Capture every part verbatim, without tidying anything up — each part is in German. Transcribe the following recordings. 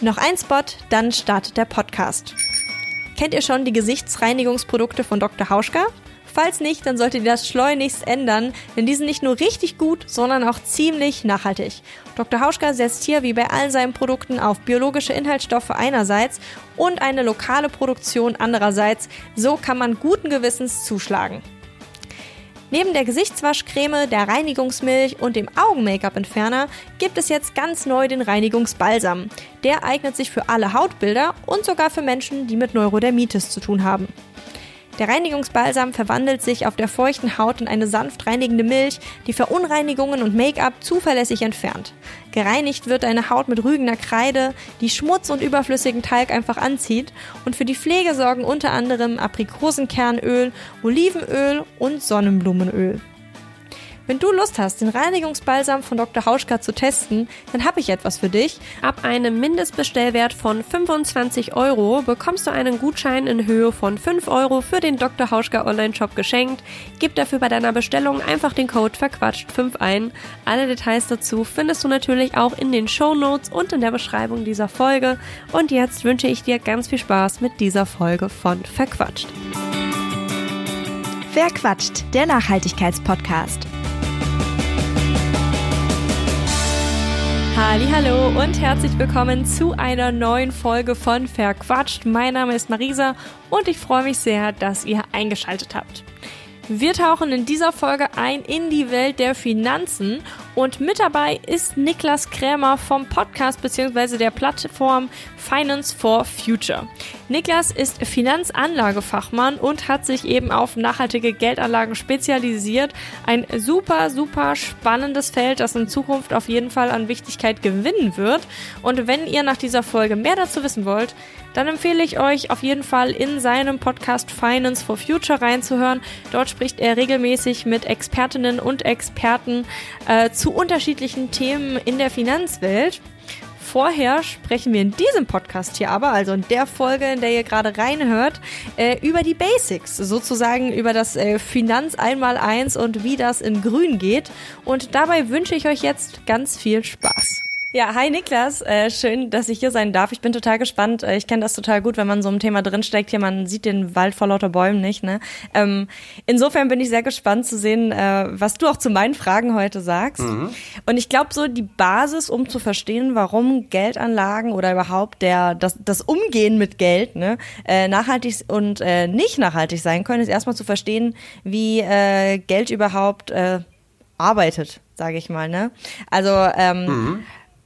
Noch ein Spot, dann startet der Podcast. Kennt ihr schon die Gesichtsreinigungsprodukte von Doktor Hauschka? Falls nicht, dann solltet ihr das schleunigst ändern, denn die sind nicht nur richtig gut, sondern auch ziemlich nachhaltig. Doktor Hauschka setzt hier wie bei allen seinen Produkten auf biologische Inhaltsstoffe einerseits und eine lokale Produktion andererseits. So kann man guten Gewissens zuschlagen. Neben der Gesichtswaschcreme, der Reinigungsmilch und dem Augen-Make-up-Entferner gibt es jetzt ganz neu den Reinigungsbalsam. Der eignet sich für alle Hautbilder und sogar für Menschen, die mit Neurodermitis zu tun haben. Der Reinigungsbalsam verwandelt sich auf der feuchten Haut in eine sanft reinigende Milch, die Verunreinigungen und Make-up zuverlässig entfernt. Gereinigt wird deine Haut mit rügender Kreide, die Schmutz und überflüssigen Talg einfach anzieht, und für die Pflege sorgen unter anderem Aprikosenkernöl, Olivenöl und Sonnenblumenöl. Wenn du Lust hast, den Reinigungsbalsam von Doktor Hauschka zu testen, dann habe ich etwas für dich. Ab einem Mindestbestellwert von fünfundzwanzig Euro bekommst du einen Gutschein in Höhe von fünf Euro für den Doktor Hauschka Online-Shop geschenkt. Gib dafür bei deiner Bestellung einfach den Code verquatscht fünf ein. Alle Details dazu findest du natürlich auch in den Shownotes und in der Beschreibung dieser Folge. Und jetzt wünsche ich dir ganz viel Spaß mit dieser Folge von Verquatscht. Verquatscht, der Nachhaltigkeitspodcast. Hallihallo und herzlich willkommen zu einer neuen Folge von Verquatscht. Mein Name ist Marisa und ich freue mich sehr, dass ihr eingeschaltet habt. Wir tauchen in dieser Folge ein in die Welt der Finanzen und mit dabei ist Niklas Krämer vom Podcast bzw. der Plattform Finance for Future. Niklas ist Finanzanlagefachmann und hat sich eben auf nachhaltige Geldanlagen spezialisiert. Ein super, super spannendes Feld, das in Zukunft auf jeden Fall an Wichtigkeit gewinnen wird. Und wenn ihr nach dieser Folge mehr dazu wissen wollt, dann empfehle ich euch auf jeden Fall in seinem Podcast Finance for Future reinzuhören. Dort spricht er regelmäßig mit Expertinnen und Experten äh, zu unterschiedlichen Themen in der Finanzwelt. Vorher sprechen wir in diesem Podcast hier aber, also in der Folge, in der ihr gerade reinhört, äh, über die Basics, sozusagen über das äh, Finanz Einmaleins und wie das in Grün geht. Und dabei wünsche ich euch jetzt ganz viel Spaß. Ja, hi Niklas, äh, schön, dass ich hier sein darf. Ich bin total gespannt. Äh, ich kenne das total gut, wenn man so im Thema drinsteckt. Hier, man sieht den Wald vor lauter Bäumen nicht, ne? Ähm, insofern bin ich sehr gespannt zu sehen, äh, was du auch zu meinen Fragen heute sagst. Mhm. Und ich glaube, so die Basis, um zu verstehen, warum Geldanlagen oder überhaupt der das, das Umgehen mit Geld ne, äh, nachhaltig und äh, nicht nachhaltig sein können, ist erstmal zu verstehen, wie äh, Geld überhaupt äh, arbeitet, sage ich mal. Ne? Also ähm, mhm.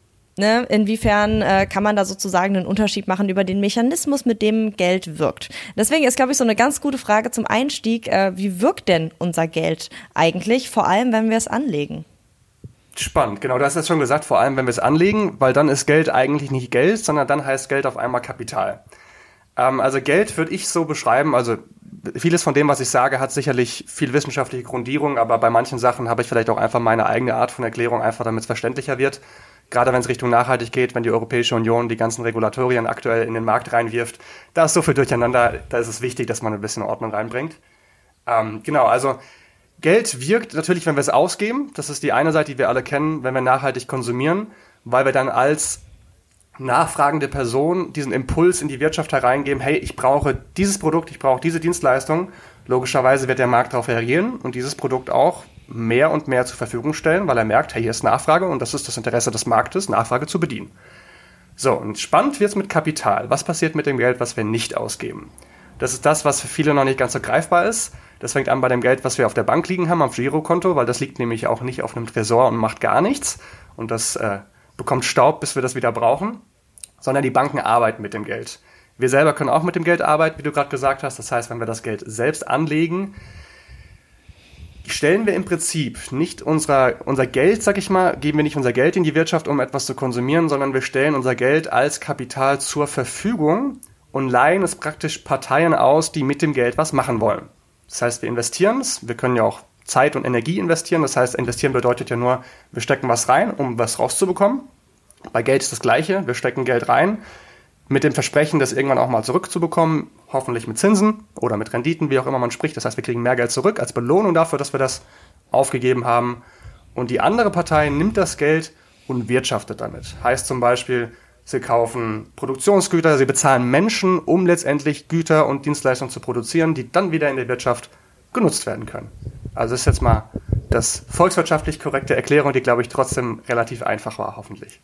Ne, inwiefern äh, kann man da sozusagen einen Unterschied machen über den Mechanismus, mit dem Geld wirkt. Deswegen ist, glaube ich, so eine ganz gute Frage zum Einstieg, äh, wie wirkt denn unser Geld eigentlich, vor allem, wenn wir es anlegen? Spannend, genau, du hast es schon gesagt, vor allem, wenn wir es anlegen, weil dann ist Geld eigentlich nicht Geld, sondern dann heißt Geld auf einmal Kapital. Ähm, also Geld würde ich so beschreiben, also vieles von dem, was ich sage, hat sicherlich viel wissenschaftliche Grundierung, aber bei manchen Sachen habe ich vielleicht auch einfach meine eigene Art von Erklärung, einfach damit es verständlicher wird. Gerade wenn es Richtung nachhaltig geht, wenn die Europäische Union die ganzen Regulatorien aktuell in den Markt reinwirft, da ist so viel durcheinander, da ist es wichtig, dass man ein bisschen Ordnung reinbringt. Ähm, genau, also Geld wirkt natürlich, wenn wir es ausgeben. Das ist die eine Seite, die wir alle kennen, wenn wir nachhaltig konsumieren, weil wir dann als nachfragende Person diesen Impuls in die Wirtschaft hereingeben, hey, ich brauche dieses Produkt, ich brauche diese Dienstleistung. Logischerweise wird der Markt darauf reagieren und dieses Produkt auch mehr und mehr zur Verfügung stellen, weil er merkt, hey, hier ist Nachfrage und das ist das Interesse des Marktes, Nachfrage zu bedienen. So, und spannend wird es mit Kapital. Was passiert mit dem Geld, was wir nicht ausgeben? Das ist das, was für viele noch nicht ganz so greifbar ist. Das fängt an bei dem Geld, was wir auf der Bank liegen haben, am Girokonto, weil das liegt nämlich auch nicht auf einem Tresor und macht gar nichts. Und das äh, bekommt Staub, bis wir das wieder brauchen. Sondern die Banken arbeiten mit dem Geld. Wir selber können auch mit dem Geld arbeiten, wie du gerade gesagt hast. Das heißt, wenn wir das Geld selbst anlegen, stellen wir im Prinzip nicht unser, unser Geld, sag ich mal, geben wir nicht unser Geld in die Wirtschaft, um etwas zu konsumieren, sondern wir stellen unser Geld als Kapital zur Verfügung und leihen es praktisch Parteien aus, die mit dem Geld was machen wollen. Das heißt, wir investieren es, wir können ja auch Zeit und Energie investieren. Das heißt, investieren bedeutet ja nur, wir stecken was rein, um was rauszubekommen. Bei Geld ist das Gleiche, wir stecken Geld rein, mit dem Versprechen, das irgendwann auch mal zurückzubekommen, hoffentlich mit Zinsen oder mit Renditen, wie auch immer man spricht. Das heißt, wir kriegen mehr Geld zurück als Belohnung dafür, dass wir das aufgegeben haben. Und die andere Partei nimmt das Geld und wirtschaftet damit. Heißt zum Beispiel, sie kaufen Produktionsgüter, sie bezahlen Menschen, um letztendlich Güter und Dienstleistungen zu produzieren, die dann wieder in der Wirtschaft genutzt werden können. Also das ist jetzt mal das volkswirtschaftlich korrekte Erklärung, die, glaube ich, trotzdem relativ einfach war, hoffentlich.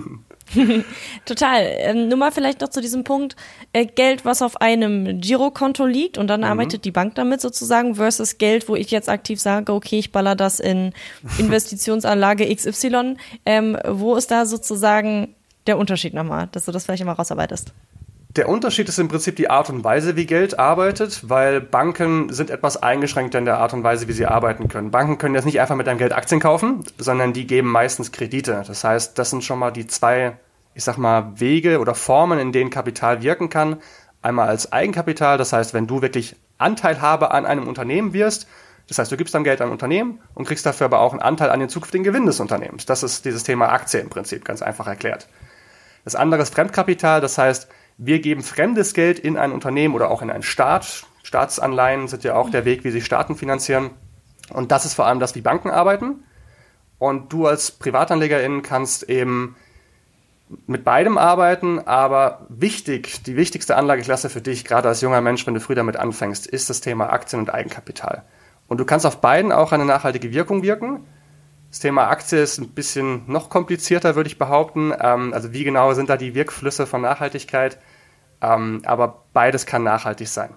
Total. Ähm, nur mal vielleicht noch zu diesem Punkt, äh, Geld, was auf einem Girokonto liegt und dann mhm. arbeitet die Bank damit sozusagen versus Geld, wo ich jetzt aktiv sage, okay, ich baller das in Investitionsanlage X Y. Ähm, wo ist da sozusagen der Unterschied nochmal, dass du das vielleicht immer rausarbeitest? Der Unterschied ist im Prinzip die Art und Weise, wie Geld arbeitet, weil Banken sind etwas eingeschränkter in der Art und Weise, wie sie arbeiten können. Banken können jetzt nicht einfach mit deinem Geld Aktien kaufen, sondern die geben meistens Kredite. Das heißt, das sind schon mal die zwei, ich sag mal, Wege oder Formen, in denen Kapital wirken kann. Einmal als Eigenkapital, das heißt, wenn du wirklich Anteilhaber an einem Unternehmen wirst, das heißt, du gibst dann Geld an ein Unternehmen und kriegst dafür aber auch einen Anteil an den zukünftigen Gewinn des Unternehmens. Das ist dieses Thema Aktie im Prinzip, ganz einfach erklärt. Das andere ist Fremdkapital, das heißt, wir geben fremdes Geld in ein Unternehmen oder auch in einen Staat. Staatsanleihen sind ja auch der Weg, wie sich Staaten finanzieren. Und das ist vor allem das, wie Banken arbeiten. Und du als Privatanlegerin kannst eben mit beidem arbeiten, aber wichtig, die wichtigste Anlageklasse für dich, gerade als junger Mensch, wenn du früh damit anfängst, ist das Thema Aktien und Eigenkapital. Und du kannst auf beiden auch eine nachhaltige Wirkung wirken. Das Thema Aktie ist ein bisschen noch komplizierter, würde ich behaupten. Ähm, also wie genau sind da die Wirkflüsse von Nachhaltigkeit? Ähm, aber beides kann nachhaltig sein.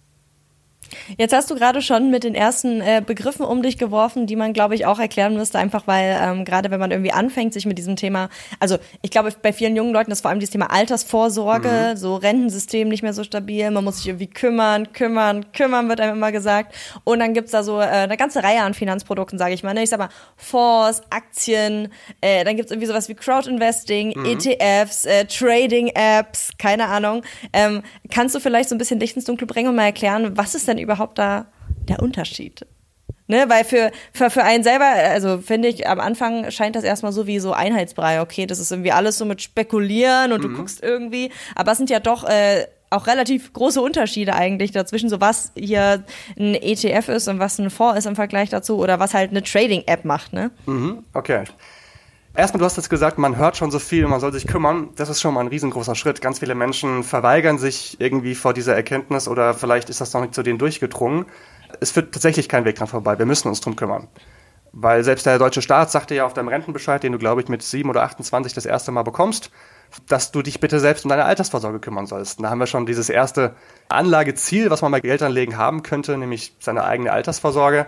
Jetzt hast du gerade schon mit den ersten äh, Begriffen um dich geworfen, die man, glaube ich, auch erklären müsste, einfach weil ähm, gerade wenn man irgendwie anfängt, sich mit diesem Thema, also ich glaube, bei vielen jungen Leuten ist vor allem dieses Thema Altersvorsorge, mhm. so Rentensystem nicht mehr so stabil, man muss sich irgendwie kümmern, kümmern, kümmern, wird einem immer gesagt. Und dann gibt's da so äh, eine ganze Reihe an Finanzprodukten, sage ich mal. Ne? Ich sag mal, Fonds, Aktien, äh, dann gibt's irgendwie sowas wie Crowdinvesting, mhm. E T Fs, äh, Trading-Apps, keine Ahnung. Ähm, kannst du vielleicht so ein bisschen Licht ins Dunkle bringen und mal erklären, was ist denn überhaupt da der Unterschied? Ne, weil für, für, für einen selber, also finde ich, am Anfang scheint das erstmal so wie so Einheitsbrei. Okay, das ist irgendwie alles so mit Spekulieren und mhm. du guckst irgendwie, aber es sind ja doch äh, auch relativ große Unterschiede eigentlich dazwischen, so was hier ein E T F ist und was ein Fonds ist im Vergleich dazu oder was halt eine Trading-App macht, ne? Mhm, okay. Erstmal, du hast jetzt gesagt, man hört schon so viel, man soll sich kümmern. Das ist schon mal ein riesengroßer Schritt. Ganz viele Menschen verweigern sich irgendwie vor dieser Erkenntnis oder vielleicht ist das noch nicht zu denen durchgedrungen. Es führt tatsächlich kein Weg dran vorbei. Wir müssen uns drum kümmern. Weil selbst der deutsche Staat sagte ja auf deinem Rentenbescheid, den du, glaube ich, mit sieben oder achtundzwanzig das erste Mal bekommst, dass du dich bitte selbst um deine Altersvorsorge kümmern sollst. Und da haben wir schon dieses erste Anlageziel, was man bei Geldanlegen haben könnte, nämlich seine eigene Altersvorsorge.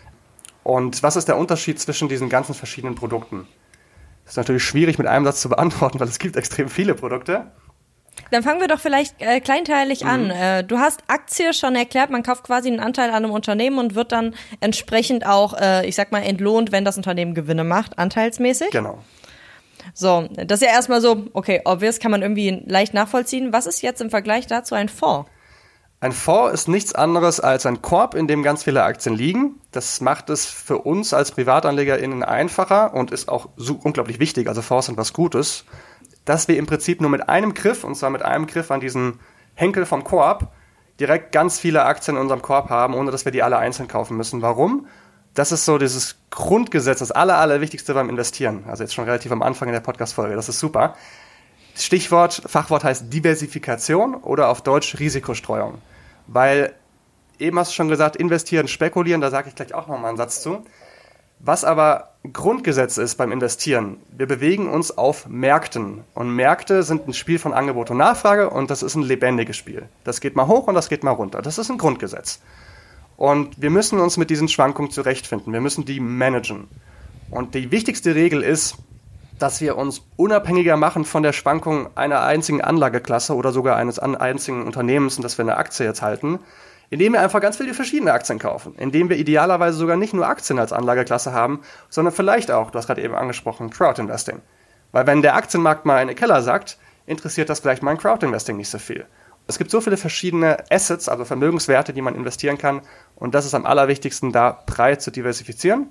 Und was ist der Unterschied zwischen diesen ganzen verschiedenen Produkten? Das ist natürlich schwierig mit einem Satz zu beantworten, weil es gibt extrem viele Produkte. Dann fangen wir doch vielleicht äh, kleinteilig mhm. an. Äh, du hast Aktie schon erklärt, man kauft quasi einen Anteil an einem Unternehmen und wird dann entsprechend auch, äh, ich sag mal, entlohnt, wenn das Unternehmen Gewinne macht, anteilsmäßig. Genau. So, das ist ja erstmal so, okay, obvious, kann man irgendwie leicht nachvollziehen. Was ist jetzt im Vergleich dazu ein Fonds? Ein Fonds ist nichts anderes als ein Korb, in dem ganz viele Aktien liegen. Das macht es für uns als PrivatanlegerInnen einfacher und ist auch so unglaublich wichtig, also Fonds sind was Gutes, dass wir im Prinzip nur mit einem Griff, und zwar mit einem Griff an diesen Henkel vom Korb, direkt ganz viele Aktien in unserem Korb haben, ohne dass wir die alle einzeln kaufen müssen. Warum? Das ist so dieses Grundgesetz, das aller, allerwichtigste beim Investieren. Also jetzt schon relativ am Anfang in der Podcast-Folge, das ist super. Stichwort, Fachwort heißt Diversifikation oder auf Deutsch Risikostreuung. Weil, eben hast du schon gesagt, investieren, spekulieren, da sage ich gleich auch nochmal einen Satz zu. Was aber Grundgesetz ist beim Investieren, wir bewegen uns auf Märkten. Und Märkte sind ein Spiel von Angebot und Nachfrage und das ist ein lebendiges Spiel. Das geht mal hoch und das geht mal runter. Das ist ein Grundgesetz. Und wir müssen uns mit diesen Schwankungen zurechtfinden. Wir müssen die managen. Und die wichtigste Regel ist, dass wir uns unabhängiger machen von der Schwankung einer einzigen Anlageklasse oder sogar eines einzigen Unternehmens, und dass wir eine Aktie jetzt halten, indem wir einfach ganz viele verschiedene Aktien kaufen, indem wir idealerweise sogar nicht nur Aktien als Anlageklasse haben, sondern vielleicht auch, du hast gerade eben angesprochen, Crowdinvesting. Weil wenn der Aktienmarkt mal in den Keller sackt, interessiert das vielleicht mein Crowdinvesting nicht so viel. Es gibt so viele verschiedene Assets, also Vermögenswerte, die man investieren kann, und das ist am allerwichtigsten, da breit zu diversifizieren.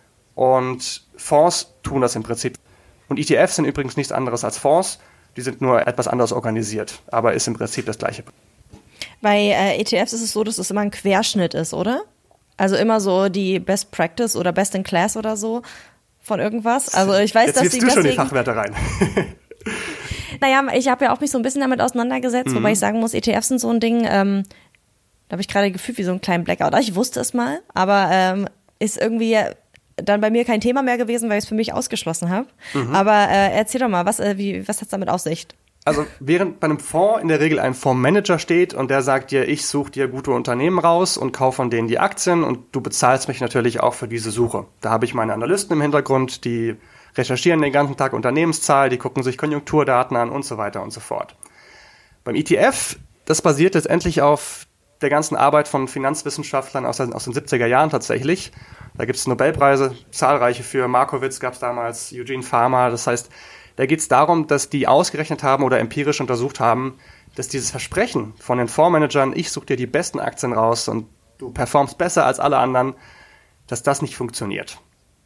Und Fonds tun das im Prinzip. Und E T Fs sind übrigens nichts anderes als Fonds, die sind nur etwas anders organisiert, aber ist im Prinzip das Gleiche. Bei äh, E T Fs ist es so, dass es immer ein Querschnitt ist, oder? Also immer so die Best Practice oder Best in Class oder so von irgendwas. Also ich weiß, Jetzt dass gibst die du deswegen, schon die Fachwerte rein. Naja, ich habe ja auch mich so ein bisschen damit auseinandergesetzt, mhm. wobei ich sagen muss, E T Fs sind so ein Ding, ähm, da habe ich gerade gefühlt wie so einen kleinen Blackout. Ich wusste es mal, aber ähm, ist irgendwie dann bei mir kein Thema mehr gewesen, weil ich es für mich ausgeschlossen habe. Mhm. Aber äh, erzähl doch mal, was, äh, wie, was hat es damit auf sich? Also während bei einem Fonds in der Regel ein Fondsmanager steht und der sagt dir, ich suche dir gute Unternehmen raus und kaufe von denen die Aktien und du bezahlst mich natürlich auch für diese Suche. Da habe ich meine Analysten im Hintergrund, die recherchieren den ganzen Tag Unternehmenszahl, die gucken sich Konjunkturdaten an und so weiter und so fort. Beim E T F, das basiert letztendlich auf der ganzen Arbeit von Finanzwissenschaftlern aus den, aus den siebziger Jahren tatsächlich. Da gibt es Nobelpreise, zahlreiche für. Markowitz gab es damals, Eugene Farmer. Das heißt, da geht es darum, dass die ausgerechnet haben oder empirisch untersucht haben, dass dieses Versprechen von den Fondsmanagern, ich suche dir die besten Aktien raus und du performst besser als alle anderen, dass das nicht funktioniert.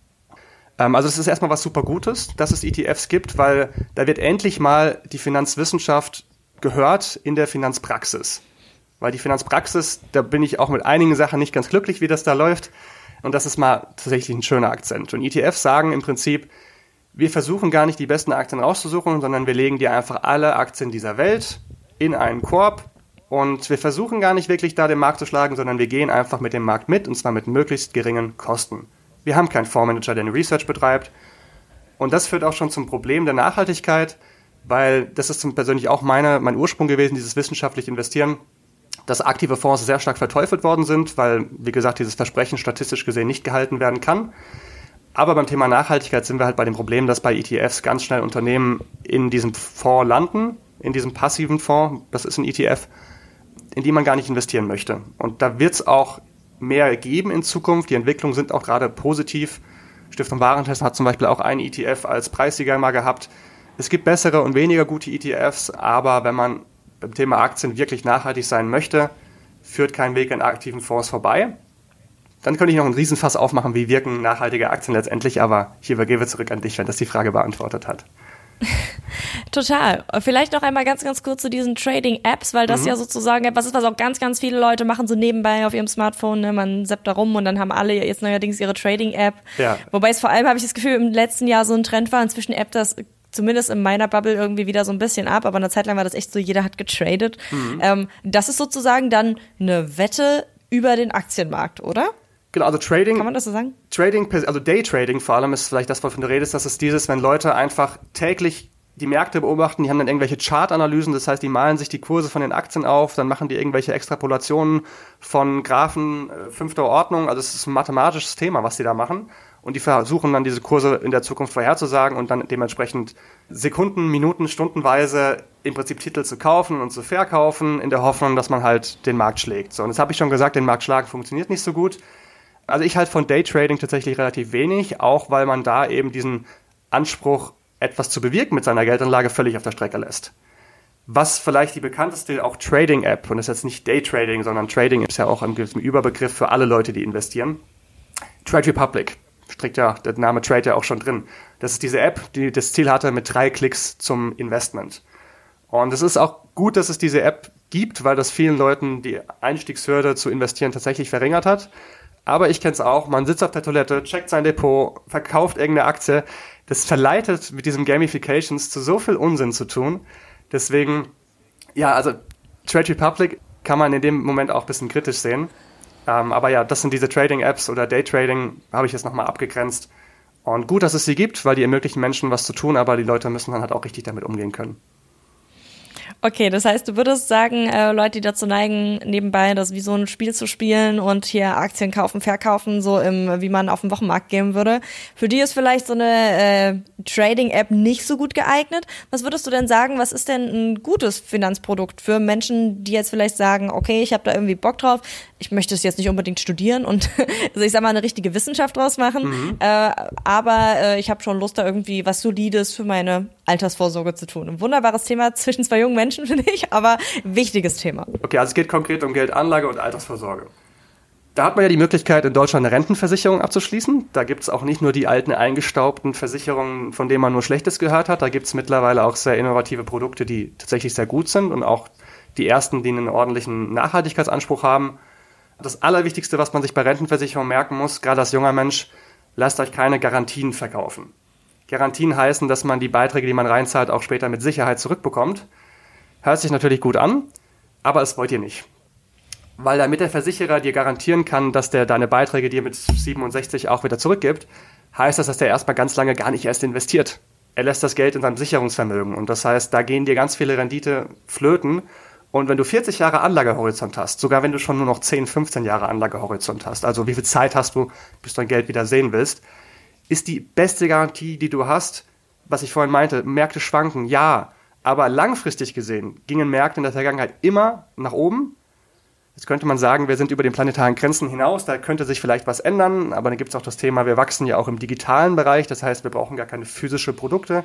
Ähm, also es ist erstmal was super Gutes, dass es E T Fs gibt, weil da wird endlich mal die Finanzwissenschaft gehört in der Finanzpraxis. Weil die Finanzpraxis, da bin ich auch mit einigen Sachen nicht ganz glücklich, wie das da läuft. Und das ist mal tatsächlich ein schöner Akzent. Und E T Fs sagen im Prinzip, wir versuchen gar nicht die besten Aktien rauszusuchen, sondern wir legen dir einfach alle Aktien dieser Welt in einen Korb. Und wir versuchen gar nicht wirklich da den Markt zu schlagen, sondern wir gehen einfach mit dem Markt mit, und zwar mit möglichst geringen Kosten. Wir haben keinen Fondsmanager, der eine Research betreibt. Und das führt auch schon zum Problem der Nachhaltigkeit, weil das ist persönlich auch meine, mein Ursprung gewesen, dieses wissenschaftliche Investieren, dass aktive Fonds sehr stark verteufelt worden sind, weil, wie gesagt, dieses Versprechen statistisch gesehen nicht gehalten werden kann. Aber beim Thema Nachhaltigkeit sind wir halt bei dem Problem, dass bei E T Fs ganz schnell Unternehmen in diesem Fonds landen, in diesem passiven Fonds, das ist ein E T F, in die man gar nicht investieren möchte. Und da wird es auch mehr geben in Zukunft. Die Entwicklungen sind auch gerade positiv. Stiftung Warentest hat zum Beispiel auch einen E T F als Preissieger mal gehabt. Es gibt bessere und weniger gute E T Fs, aber wenn man beim Thema Aktien wirklich nachhaltig sein möchte, führt kein Weg an aktiven Fonds vorbei. Dann könnte ich noch einen Riesenfass aufmachen, wie wirken nachhaltige Aktien letztendlich, aber ich übergebe zurück an dich, wenn das die Frage beantwortet hat. Total. Vielleicht noch einmal ganz, ganz kurz zu diesen Trading-Apps, weil das mhm. ja sozusagen etwas ist, was auch ganz, ganz viele Leute machen, so nebenbei auf ihrem Smartphone, ne? Man zappt da rum und dann haben alle jetzt neuerdings ihre Trading-App. Ja. Wobei es vor allem, habe ich das Gefühl, im letzten Jahr so ein Trend war, inzwischen App das zumindest in meiner Bubble irgendwie wieder so ein bisschen ab, aber eine Zeit lang war das echt so, jeder hat getradet. Mhm. Ähm, das ist sozusagen dann eine Wette über den Aktienmarkt, oder? Genau, also Trading. Kann man das so sagen? Trading, also Daytrading vor allem ist vielleicht das, wovon du redest, das ist dieses, wenn Leute einfach täglich die Märkte beobachten, die haben dann irgendwelche Chartanalysen, das heißt, die malen sich die Kurse von den Aktien auf, dann machen die irgendwelche Extrapolationen von Graphen äh, fünfter Ordnung, also es ist ein mathematisches Thema, was die da machen. Und die versuchen dann diese Kurse in der Zukunft vorherzusagen und dann dementsprechend Sekunden, Minuten, stundenweise im Prinzip Titel zu kaufen und zu verkaufen, in der Hoffnung, dass man halt den Markt schlägt. So, und das habe ich schon gesagt, den Markt schlagen funktioniert nicht so gut. Also ich halte von Daytrading tatsächlich relativ wenig, auch weil man da eben diesen Anspruch, etwas zu bewirken mit seiner Geldanlage, völlig auf der Strecke lässt. Was vielleicht die bekannteste auch Trading-App, und das ist jetzt nicht Daytrading, sondern Trading ist ja auch ein Überbegriff für alle Leute, die investieren. Trade Republic, steckt ja der Name Trade ja auch schon drin. Das ist diese App, die das Ziel hatte mit drei Klicks zum Investment. Und es ist auch gut, dass es diese App gibt, weil das vielen Leuten die Einstiegshürde zu investieren tatsächlich verringert hat. Aber ich kenne es auch, man sitzt auf der Toilette, checkt sein Depot, verkauft irgendeine Aktie. Das verleitet mit diesem Gamifications zu so viel Unsinn zu tun. Deswegen, ja, also Trade Republic kann man in dem Moment auch ein bisschen kritisch sehen. Ähm, aber ja, das sind diese Trading-Apps oder Daytrading, habe ich jetzt nochmal abgegrenzt. Und gut, dass es sie gibt, weil die ermöglichen Menschen was zu tun, aber die Leute müssen dann halt auch richtig damit umgehen können. Okay, das heißt, du würdest sagen, äh, Leute, die dazu neigen, nebenbei das wie so ein Spiel zu spielen und hier Aktien kaufen, verkaufen, so im, wie man auf dem Wochenmarkt gehen würde, für die ist vielleicht so eine äh, Trading-App nicht so gut geeignet. Was würdest du denn sagen, was ist denn ein gutes Finanzprodukt für Menschen, die jetzt vielleicht sagen, okay, ich habe da irgendwie Bock drauf, ich möchte es jetzt nicht unbedingt studieren und also ich sag mal eine richtige Wissenschaft draus machen, mhm. äh, aber äh, ich habe schon Lust, da irgendwie was Solides für meine Altersvorsorge zu tun. Ein wunderbares Thema zwischen zwei jungen Menschen, finde ich, aber wichtiges Thema. Okay, also es geht konkret um Geldanlage und Altersvorsorge. Da hat man ja die Möglichkeit, in Deutschland eine Rentenversicherung abzuschließen. Da gibt es auch nicht nur die alten eingestaubten Versicherungen, von denen man nur Schlechtes gehört hat. Da gibt es mittlerweile auch sehr innovative Produkte, die tatsächlich sehr gut sind und auch die ersten, die einen ordentlichen Nachhaltigkeitsanspruch haben. Das Allerwichtigste, was man sich bei Rentenversicherung merken muss, gerade als junger Mensch, lasst euch keine Garantien verkaufen. Garantien heißen, dass man die Beiträge, die man reinzahlt, auch später mit Sicherheit zurückbekommt. Hört sich natürlich gut an, aber das wollt ihr nicht. Weil damit der Versicherer dir garantieren kann, dass der deine Beiträge dir mit siebenundsechzig auch wieder zurückgibt, heißt das, dass der erstmal ganz lange gar nicht erst investiert. Er lässt das Geld in seinem Sicherungsvermögen und das heißt, da gehen dir ganz viele Rendite flöten. Und wenn du vierzig Jahre Anlagehorizont hast, sogar wenn du schon nur noch zehn, fünfzehn Jahre Anlagehorizont hast, also wie viel Zeit hast du, bis du dein Geld wieder sehen willst, ist die beste Garantie, die du hast, was ich vorhin meinte, Märkte schwanken, ja, aber langfristig gesehen gingen Märkte in der Vergangenheit immer nach oben. Jetzt könnte man sagen, wir sind über den planetaren Grenzen hinaus, da könnte sich vielleicht was ändern, aber dann gibt es auch das Thema, wir wachsen ja auch im digitalen Bereich, das heißt, wir brauchen gar keine physischen Produkte.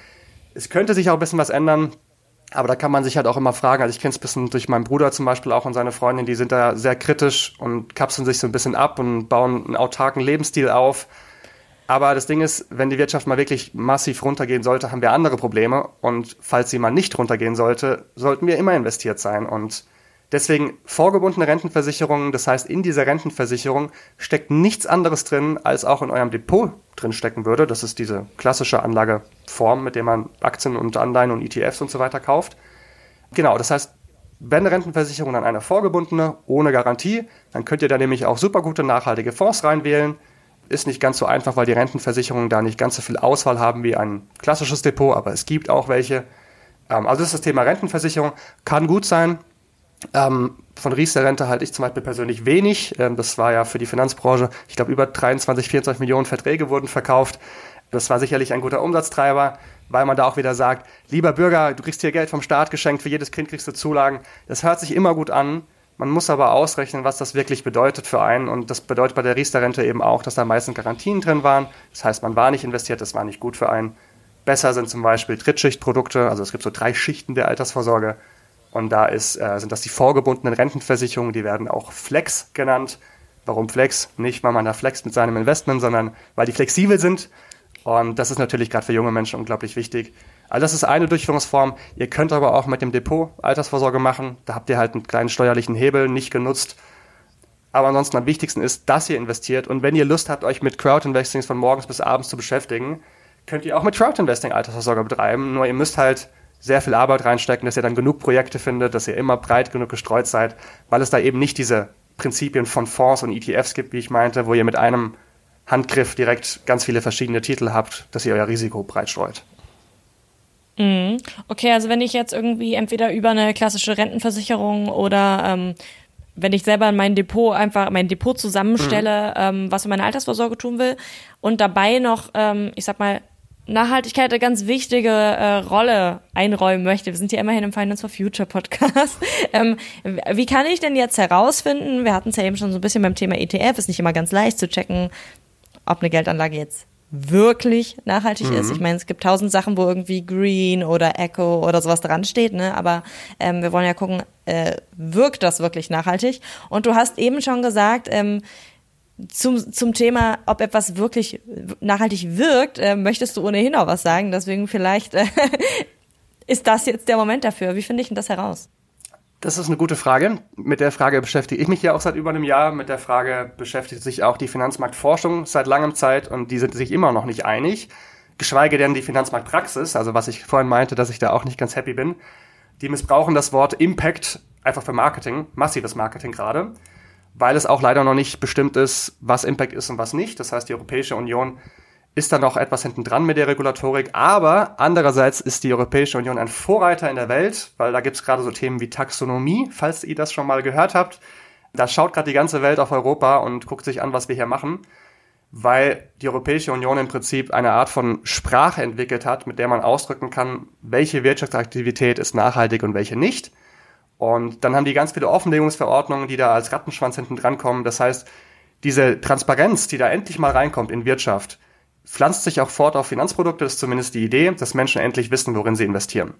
Es könnte sich auch ein bisschen was ändern, aber da kann man sich halt auch immer fragen, also ich kenne es ein bisschen durch meinen Bruder zum Beispiel auch und seine Freundin, die sind da sehr kritisch und kapseln sich so ein bisschen ab und bauen einen autarken Lebensstil auf. Aber das Ding ist, wenn die Wirtschaft mal wirklich massiv runtergehen sollte, haben wir andere Probleme und falls sie mal nicht runtergehen sollte, sollten wir immer investiert sein und deswegen vorgebundene Rentenversicherungen, das heißt, in dieser Rentenversicherung steckt nichts anderes drin, als auch in eurem Depot drin stecken würde. Das ist diese klassische Anlageform, mit der man Aktien und Anleihen und E T Fs und so weiter kauft. Genau, das heißt, wenn eine Rentenversicherung dann eine vorgebundene, ohne Garantie, dann könnt ihr da nämlich auch super gute nachhaltige Fonds reinwählen. Ist nicht ganz so einfach, weil die Rentenversicherungen da nicht ganz so viel Auswahl haben wie ein klassisches Depot, aber es gibt auch welche. Also das ist das Thema Rentenversicherung. Kann gut sein. Ähm, von Riester-Rente halte ich zum Beispiel persönlich wenig. Ähm, das war ja für die Finanzbranche, ich glaube, über dreiundzwanzig, vierundzwanzig Millionen Verträge wurden verkauft. Das war sicherlich ein guter Umsatztreiber, weil man da auch wieder sagt, lieber Bürger, du kriegst hier Geld vom Staat geschenkt, für jedes Kind kriegst du Zulagen. Das hört sich immer gut an. Man muss aber ausrechnen, was das wirklich bedeutet für einen. Und das bedeutet bei der Riester-Rente eben auch, dass da meistens Garantien drin waren. Das heißt, man war nicht investiert, das war nicht gut für einen. Besser sind zum Beispiel Drittschichtprodukte. Also es gibt so drei Schichten der Altersvorsorge. Und da ist, äh, sind das die vorgebundenen Rentenversicherungen, die werden auch Flex genannt. Warum Flex? Nicht, weil man da flext mit seinem Investment, sondern weil die flexibel sind. Und das ist natürlich gerade für junge Menschen unglaublich wichtig. Also das ist eine Durchführungsform. Ihr könnt aber auch mit dem Depot Altersvorsorge machen. Da habt ihr halt einen kleinen steuerlichen Hebel nicht genutzt. Aber ansonsten am wichtigsten ist, dass ihr investiert. Und wenn ihr Lust habt, euch mit Crowd-Investings von morgens bis abends zu beschäftigen, könnt ihr auch mit Crowd-Investing Altersvorsorge betreiben. Nur ihr müsst halt sehr viel Arbeit reinstecken, dass ihr dann genug Projekte findet, dass ihr immer breit genug gestreut seid, weil es da eben nicht diese Prinzipien von Fonds und E T Fs gibt, wie ich meinte, wo ihr mit einem Handgriff direkt ganz viele verschiedene Titel habt, dass ihr euer Risiko breit streut. Mhm. Okay, also wenn ich jetzt irgendwie entweder über eine klassische Rentenversicherung oder ähm, wenn ich selber mein Depot einfach mein Depot zusammenstelle, mhm. ähm, was für meine Altersvorsorge tun will und dabei noch, ähm, ich sag mal, Nachhaltigkeit eine ganz wichtige äh, Rolle einräumen möchte. Wir sind ja immerhin im Finance for Future Podcast. ähm, wie kann ich denn jetzt herausfinden, wir hatten es ja eben schon so ein bisschen beim Thema E T F, ist nicht immer ganz leicht zu checken, ob eine Geldanlage jetzt wirklich nachhaltig mhm. ist. Ich meine, es gibt tausend Sachen, wo irgendwie Green oder Eco oder sowas dran steht, ne? Aber ähm, wir wollen ja gucken, äh, wirkt das wirklich nachhaltig? Und du hast eben schon gesagt, ähm, Zum, zum Thema, ob etwas wirklich nachhaltig wirkt, äh, möchtest du ohnehin auch was sagen. Deswegen vielleicht äh, ist das jetzt der Moment dafür. Wie finde ich denn das heraus? Das ist eine gute Frage. Mit der Frage beschäftige ich mich ja auch seit über einem Jahr. Mit der Frage beschäftigt sich auch die Finanzmarktforschung seit langem Zeit und die sind sich immer noch nicht einig. Geschweige denn die Finanzmarktpraxis, also was ich vorhin meinte, dass ich da auch nicht ganz happy bin. Die missbrauchen das Wort Impact einfach für Marketing, massives Marketing gerade, weil es auch leider noch nicht bestimmt ist, was Impact ist und was nicht. Das heißt, die Europäische Union ist da noch etwas hinten dran mit der Regulatorik. Aber andererseits ist die Europäische Union ein Vorreiter in der Welt, weil da gibt es gerade so Themen wie Taxonomie, falls ihr das schon mal gehört habt. Da schaut gerade die ganze Welt auf Europa und guckt sich an, was wir hier machen, weil die Europäische Union im Prinzip eine Art von Sprache entwickelt hat, mit der man ausdrücken kann, welche Wirtschaftsaktivität ist nachhaltig und welche nicht. Und dann haben die ganz viele Offenlegungsverordnungen, die da als Rattenschwanz hinten dran kommen. Das heißt, diese Transparenz, die da endlich mal reinkommt in Wirtschaft, pflanzt sich auch fort auf Finanzprodukte. Das ist zumindest die Idee, dass Menschen endlich wissen, worin sie investieren.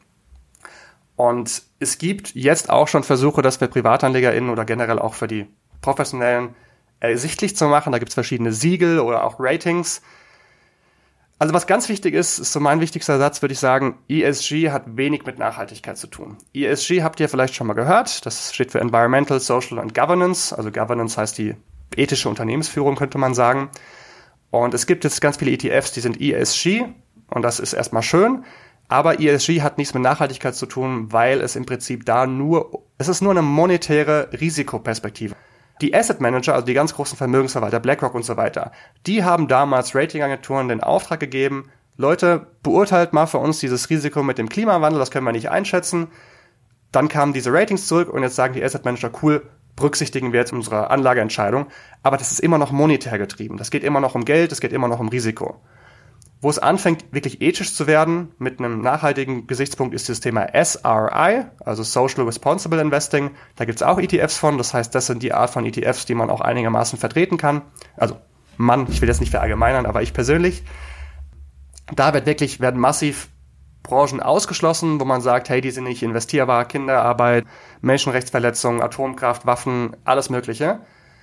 Und es gibt jetzt auch schon Versuche, das für PrivatanlegerInnen oder generell auch für die Professionellen ersichtlich zu machen. Da gibt es verschiedene Siegel oder auch Ratings. Also was ganz wichtig ist, ist so mein wichtigster Satz, würde ich sagen, E S G hat wenig mit Nachhaltigkeit zu tun. E S G habt ihr vielleicht schon mal gehört, das steht für Environmental, Social and Governance, also Governance heißt die ethische Unternehmensführung, könnte man sagen. Und es gibt jetzt ganz viele E T Fs, die sind E S G, und das ist erstmal schön, aber E S G hat nichts mit Nachhaltigkeit zu tun, weil es im Prinzip da nur, es ist nur eine monetäre Risikoperspektive. Die Asset Manager, also die ganz großen Vermögensverwalter, BlackRock und so weiter, die haben damals Ratingagenturen den Auftrag gegeben, Leute, beurteilt mal für uns dieses Risiko mit dem Klimawandel, das können wir nicht einschätzen. Dann kamen diese Ratings zurück und jetzt sagen die Asset Manager, cool, berücksichtigen wir jetzt unsere Anlageentscheidung. Aber das ist immer noch monetär getrieben. Das geht immer noch um Geld, es geht immer noch um Risiko. Wo es anfängt, wirklich ethisch zu werden, mit einem nachhaltigen Gesichtspunkt, ist das Thema S R I, also Social Responsible Investing. Da gibt es auch E T Fs von, das heißt, das sind die Art von E T Fs, die man auch einigermaßen vertreten kann. Also Mann, ich will das nicht verallgemeinern, aber ich persönlich. Da wird wirklich, werden massiv Branchen ausgeschlossen, wo man sagt, hey, die sind nicht investierbar, Kinderarbeit, Menschenrechtsverletzungen, Atomkraft, Waffen, alles Mögliche.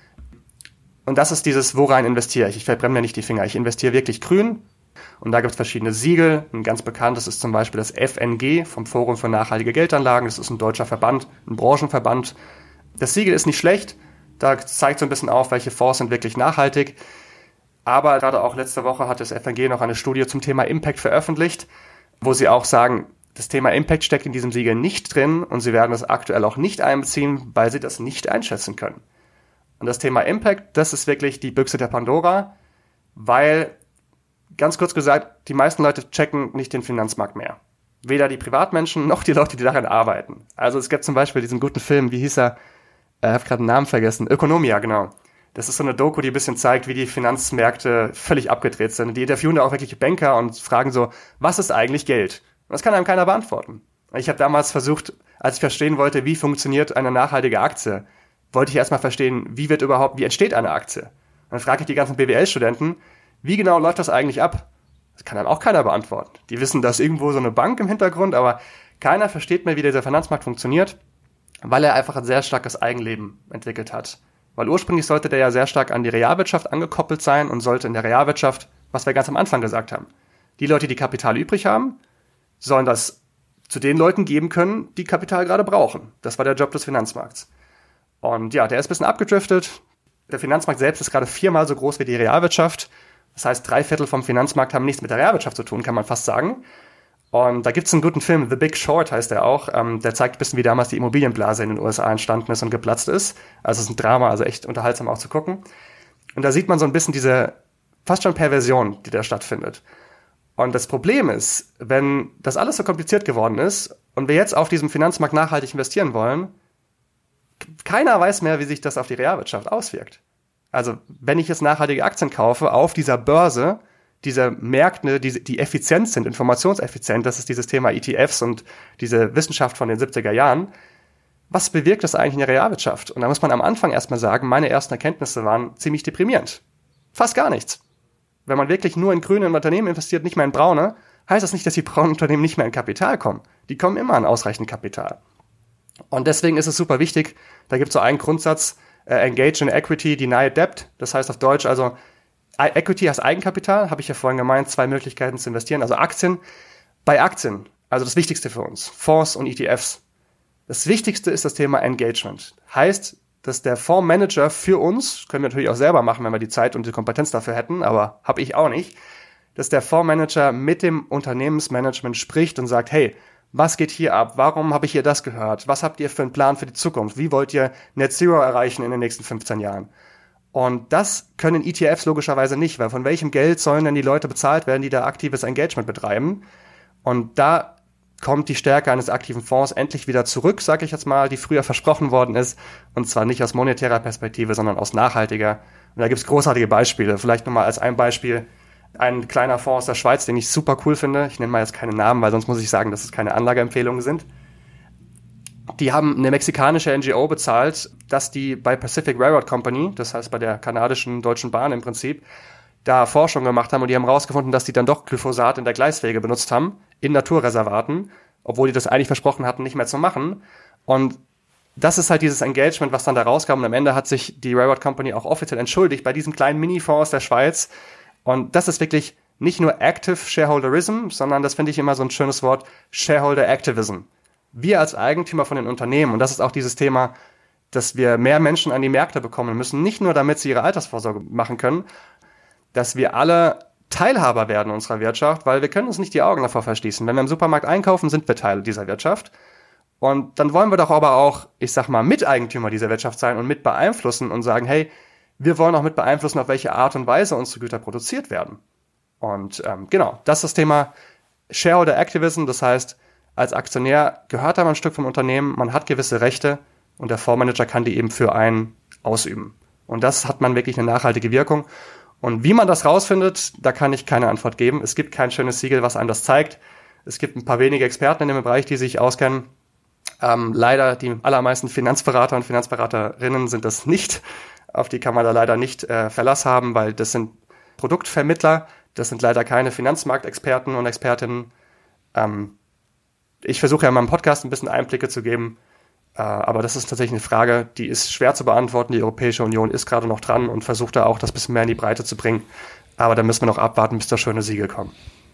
Und das ist dieses, worein investiere ich? Ich verbrenne mir nicht die Finger, ich investiere wirklich grün. Und da gibt es verschiedene Siegel. Ein ganz bekanntes ist zum Beispiel das F N G vom Forum für nachhaltige Geldanlagen. Das ist ein deutscher Verband, ein Branchenverband. Das Siegel ist nicht schlecht. Da zeigt so ein bisschen auf, welche Fonds sind wirklich nachhaltig. Aber gerade auch letzte Woche hat das F N G noch eine Studie zum Thema Impact veröffentlicht, wo sie auch sagen, das Thema Impact steckt in diesem Siegel nicht drin und sie werden das aktuell auch nicht einbeziehen, weil sie das nicht einschätzen können. Und das Thema Impact, das ist wirklich die Büchse der Pandora, weil, ganz kurz gesagt, die meisten Leute checken nicht den Finanzmarkt mehr. Weder die Privatmenschen noch die Leute, die daran arbeiten. Also es gibt zum Beispiel diesen guten Film, wie hieß er? Ich habe gerade den Namen vergessen. Ökonomia, genau. Das ist so eine Doku, die ein bisschen zeigt, wie die Finanzmärkte völlig abgedreht sind. Die interviewen da auch wirklich Banker und fragen so, was ist eigentlich Geld? Und das kann einem keiner beantworten. Ich habe damals versucht, als ich verstehen wollte, wie funktioniert eine nachhaltige Aktie, wollte ich erstmal verstehen, wie wird überhaupt, wie entsteht eine Aktie? Und dann frage ich die ganzen B W L-Studenten, wie genau läuft das eigentlich ab? Das kann einem auch keiner beantworten. Die wissen, da ist irgendwo so eine Bank im Hintergrund, aber keiner versteht mehr, wie dieser Finanzmarkt funktioniert, weil er einfach ein sehr starkes Eigenleben entwickelt hat. Weil ursprünglich sollte der ja sehr stark an die Realwirtschaft angekoppelt sein und sollte in der Realwirtschaft, was wir ganz am Anfang gesagt haben, die Leute, die Kapital übrig haben, sollen das zu den Leuten geben können, die Kapital gerade brauchen. Das war der Job des Finanzmarkts. Und ja, der ist ein bisschen abgedriftet. Der Finanzmarkt selbst ist gerade viermal so groß wie die Realwirtschaft. Das heißt, drei Viertel vom Finanzmarkt haben nichts mit der Realwirtschaft zu tun, kann man fast sagen. Und da gibt es einen guten Film, The Big Short heißt der auch. Ähm, der zeigt ein bisschen, wie damals die Immobilienblase in den U S A entstanden ist und geplatzt ist. Also es ist ein Drama, also echt unterhaltsam auch zu gucken. Und da sieht man so ein bisschen diese fast schon Perversion, die da stattfindet. Und das Problem ist, wenn das alles so kompliziert geworden ist und wir jetzt auf diesem Finanzmarkt nachhaltig investieren wollen, keiner weiß mehr, wie sich das auf die Realwirtschaft auswirkt. Also wenn ich jetzt nachhaltige Aktien kaufe auf dieser Börse, diese Märkte, die, die effizient sind, informationseffizient, das ist dieses Thema E T Fs und diese Wissenschaft von den siebziger Jahren. Was bewirkt das eigentlich in der Realwirtschaft? Und da muss man am Anfang erstmal sagen, meine ersten Erkenntnisse waren ziemlich deprimierend. Fast gar nichts. Wenn man wirklich nur in grüne Unternehmen investiert, nicht mehr in braune, heißt das nicht, dass die braunen Unternehmen nicht mehr in Kapital kommen. Die kommen immer an ausreichend Kapital. Und deswegen ist es super wichtig, da gibt es so einen Grundsatz, äh, Engage in Equity, Deny Debt. Das heißt auf Deutsch also, Equity heißt Eigenkapital, habe ich ja vorhin gemeint, zwei Möglichkeiten zu investieren, also Aktien. Bei Aktien, also das Wichtigste für uns, Fonds und E T Fs. Das Wichtigste ist das Thema Engagement. Heißt, dass der Fondsmanager für uns, können wir natürlich auch selber machen, wenn wir die Zeit und die Kompetenz dafür hätten, aber habe ich auch nicht, dass der Fondsmanager mit dem Unternehmensmanagement spricht und sagt, hey, was geht hier ab? Warum habe ich hier das gehört? Was habt ihr für einen Plan für die Zukunft? Wie wollt ihr Net Zero erreichen in den nächsten fünfzehn Jahren? Und das können E T Fs logischerweise nicht, weil von welchem Geld sollen denn die Leute bezahlt werden, die da aktives Engagement betreiben? Und da kommt die Stärke eines aktiven Fonds endlich wieder zurück, sage ich jetzt mal, die früher versprochen worden ist. Und zwar nicht aus monetärer Perspektive, sondern aus nachhaltiger. Und da gibt es großartige Beispiele. Vielleicht nochmal als ein Beispiel ein kleiner Fonds aus der Schweiz, den ich super cool finde. Ich nenne mal jetzt keine Namen, weil sonst muss ich sagen, dass es keine Anlageempfehlungen sind. Die haben eine mexikanische N G O bezahlt, dass die bei Pacific Railroad Company, das heißt bei der kanadischen Deutschen Bahn im Prinzip, da Forschung gemacht haben und die haben herausgefunden, dass die dann doch Glyphosat in der Gleiswege benutzt haben, in Naturreservaten, obwohl die das eigentlich versprochen hatten, nicht mehr zu machen. Und das ist halt dieses Engagement, was dann da rauskam. Und am Ende hat sich die Railroad Company auch offiziell entschuldigt bei diesem kleinen Mini-Fonds aus der Schweiz. Und das ist wirklich nicht nur Active Shareholderism, sondern das finde ich immer so ein schönes Wort, Shareholder Activism. Wir als Eigentümer von den Unternehmen, und das ist auch dieses Thema, dass wir mehr Menschen an die Märkte bekommen müssen, nicht nur damit sie ihre Altersvorsorge machen können, dass wir alle Teilhaber werden unserer Wirtschaft, weil wir können uns nicht die Augen davor verschließen. Wenn wir im Supermarkt einkaufen, sind wir Teil dieser Wirtschaft. Und dann wollen wir doch aber auch, ich sag mal, Miteigentümer dieser Wirtschaft sein und mit beeinflussen und sagen, hey, wir wollen auch mit beeinflussen, auf welche Art und Weise unsere Güter produziert werden. Und ähm, genau, das ist das Thema Shareholder Activism. Das heißt, als Aktionär gehört da ein Stück vom Unternehmen, man hat gewisse Rechte und der Fondsmanager kann die eben für einen ausüben. Und das hat man wirklich eine nachhaltige Wirkung. Und wie man das rausfindet, da kann ich keine Antwort geben. Es gibt kein schönes Siegel, was einem das zeigt. Es gibt ein paar wenige Experten in dem Bereich, die sich auskennen. Ähm, leider, die allermeisten Finanzberater und Finanzberaterinnen sind das nicht. Auf die kann man da leider nicht äh, Verlass haben, weil das sind Produktvermittler. Das sind leider keine Finanzmarktexperten und Expertinnen. Ähm, ich versuche ja in meinem Podcast ein bisschen Einblicke zu geben. Uh, aber das ist tatsächlich eine Frage, die ist schwer zu beantworten. Die Europäische Union ist gerade noch dran und versucht da auch, das ein bisschen mehr in die Breite zu bringen. Aber da müssen wir noch abwarten, bis da schöne Siegel kommen.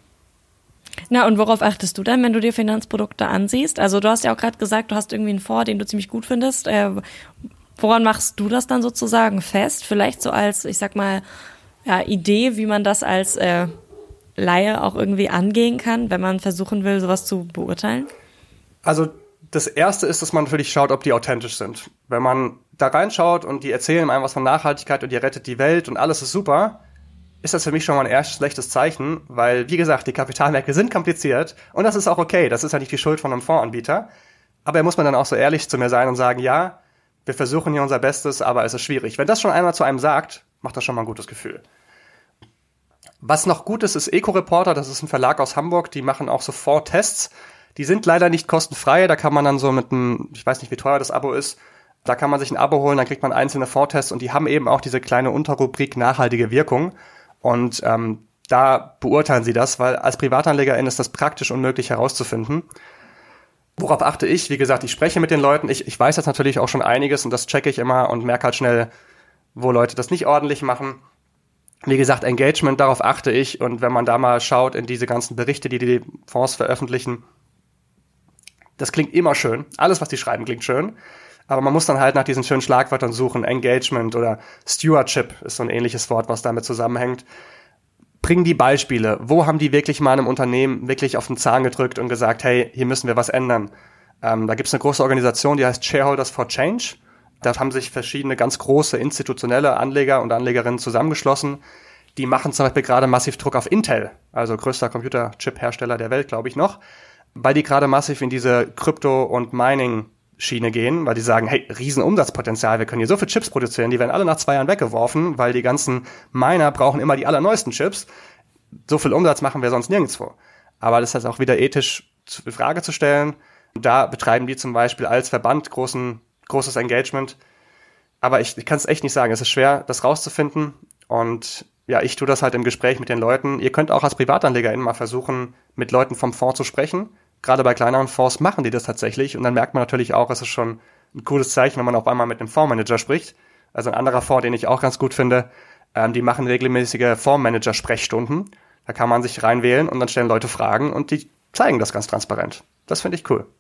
Na, und worauf achtest du dann, wenn du dir Finanzprodukte ansiehst? Also du hast ja auch gerade gesagt, du hast irgendwie einen Fonds, den du ziemlich gut findest. Äh, woran machst du das dann sozusagen fest? Vielleicht so als, ich sag mal, ja, Idee, wie man das als äh, Laie auch irgendwie angehen kann, wenn man versuchen will, sowas zu beurteilen? Also das Erste ist, dass man natürlich schaut, ob die authentisch sind. Wenn man da reinschaut und die erzählen einem was von Nachhaltigkeit und ihr rettet die Welt und alles ist super, ist das für mich schon mal ein erstes schlechtes Zeichen, weil, wie gesagt, die Kapitalmärkte sind kompliziert und das ist auch okay. Das ist ja nicht die Schuld von einem Fondsanbieter. Aber da muss man dann auch so ehrlich zu mir sein und sagen, ja, wir versuchen hier unser Bestes, aber es ist schwierig. Wenn das schon einmal zu einem sagt, macht das schon mal ein gutes Gefühl. Was noch gut ist, ist Eco-Reporter. Das ist ein Verlag aus Hamburg. Die machen auch so Fondstests. Die sind leider nicht kostenfrei, da kann man dann so mit einem, ich weiß nicht, wie teuer das Abo ist, da kann man sich ein Abo holen, dann kriegt man einzelne Fondstests und die haben eben auch diese kleine Unterrubrik nachhaltige Wirkung und ähm, da beurteilen sie das, weil als Privatanlegerin ist das praktisch unmöglich herauszufinden. Worauf achte ich? Wie gesagt, ich spreche mit den Leuten, ich, ich weiß jetzt natürlich auch schon einiges und das checke ich immer und merke halt schnell, wo Leute das nicht ordentlich machen. Wie gesagt, Engagement, darauf achte ich und wenn man da mal schaut in diese ganzen Berichte, die die Fonds veröffentlichen, das klingt immer schön. Alles, was die schreiben, klingt schön. Aber man muss dann halt nach diesen schönen Schlagwörtern suchen. Engagement oder Stewardship ist so ein ähnliches Wort, was damit zusammenhängt. Bringen die Beispiele. Wo haben die wirklich mal einem Unternehmen wirklich auf den Zahn gedrückt und gesagt, hey, hier müssen wir was ändern. Ähm, da gibt es eine große Organisation, die heißt Shareholders for Change. Da haben sich verschiedene ganz große institutionelle Anleger und Anlegerinnen zusammengeschlossen. Die machen zum Beispiel gerade massiv Druck auf Intel, also größter Computerchip-Hersteller der Welt, glaube ich noch, weil die gerade massiv in diese Krypto- und Mining-Schiene gehen, weil die sagen, hey, Riesenumsatzpotenzial, wir können hier so viele Chips produzieren, die werden alle nach zwei Jahren weggeworfen, weil die ganzen Miner brauchen immer die allerneuesten Chips. So viel Umsatz machen wir sonst nirgendwo. Aber das ist auch wieder ethisch in Frage zu stellen. Da betreiben die zum Beispiel als Verband großen, großes Engagement. Aber ich, ich kann es echt nicht sagen, es ist schwer, das rauszufinden und ja, ich tue das halt im Gespräch mit den Leuten. Ihr könnt auch als PrivatanlegerInnen mal versuchen, mit Leuten vom Fonds zu sprechen. Gerade bei kleineren Fonds machen die das tatsächlich. Und dann merkt man natürlich auch, es ist schon ein cooles Zeichen, wenn man auf einmal mit einem Fondsmanager spricht. Also ein anderer Fonds, den ich auch ganz gut finde, ähm, die machen regelmäßige Fondsmanager-Sprechstunden. Da kann man sich reinwählen und dann stellen Leute Fragen und die zeigen das ganz transparent. Das finde ich cool.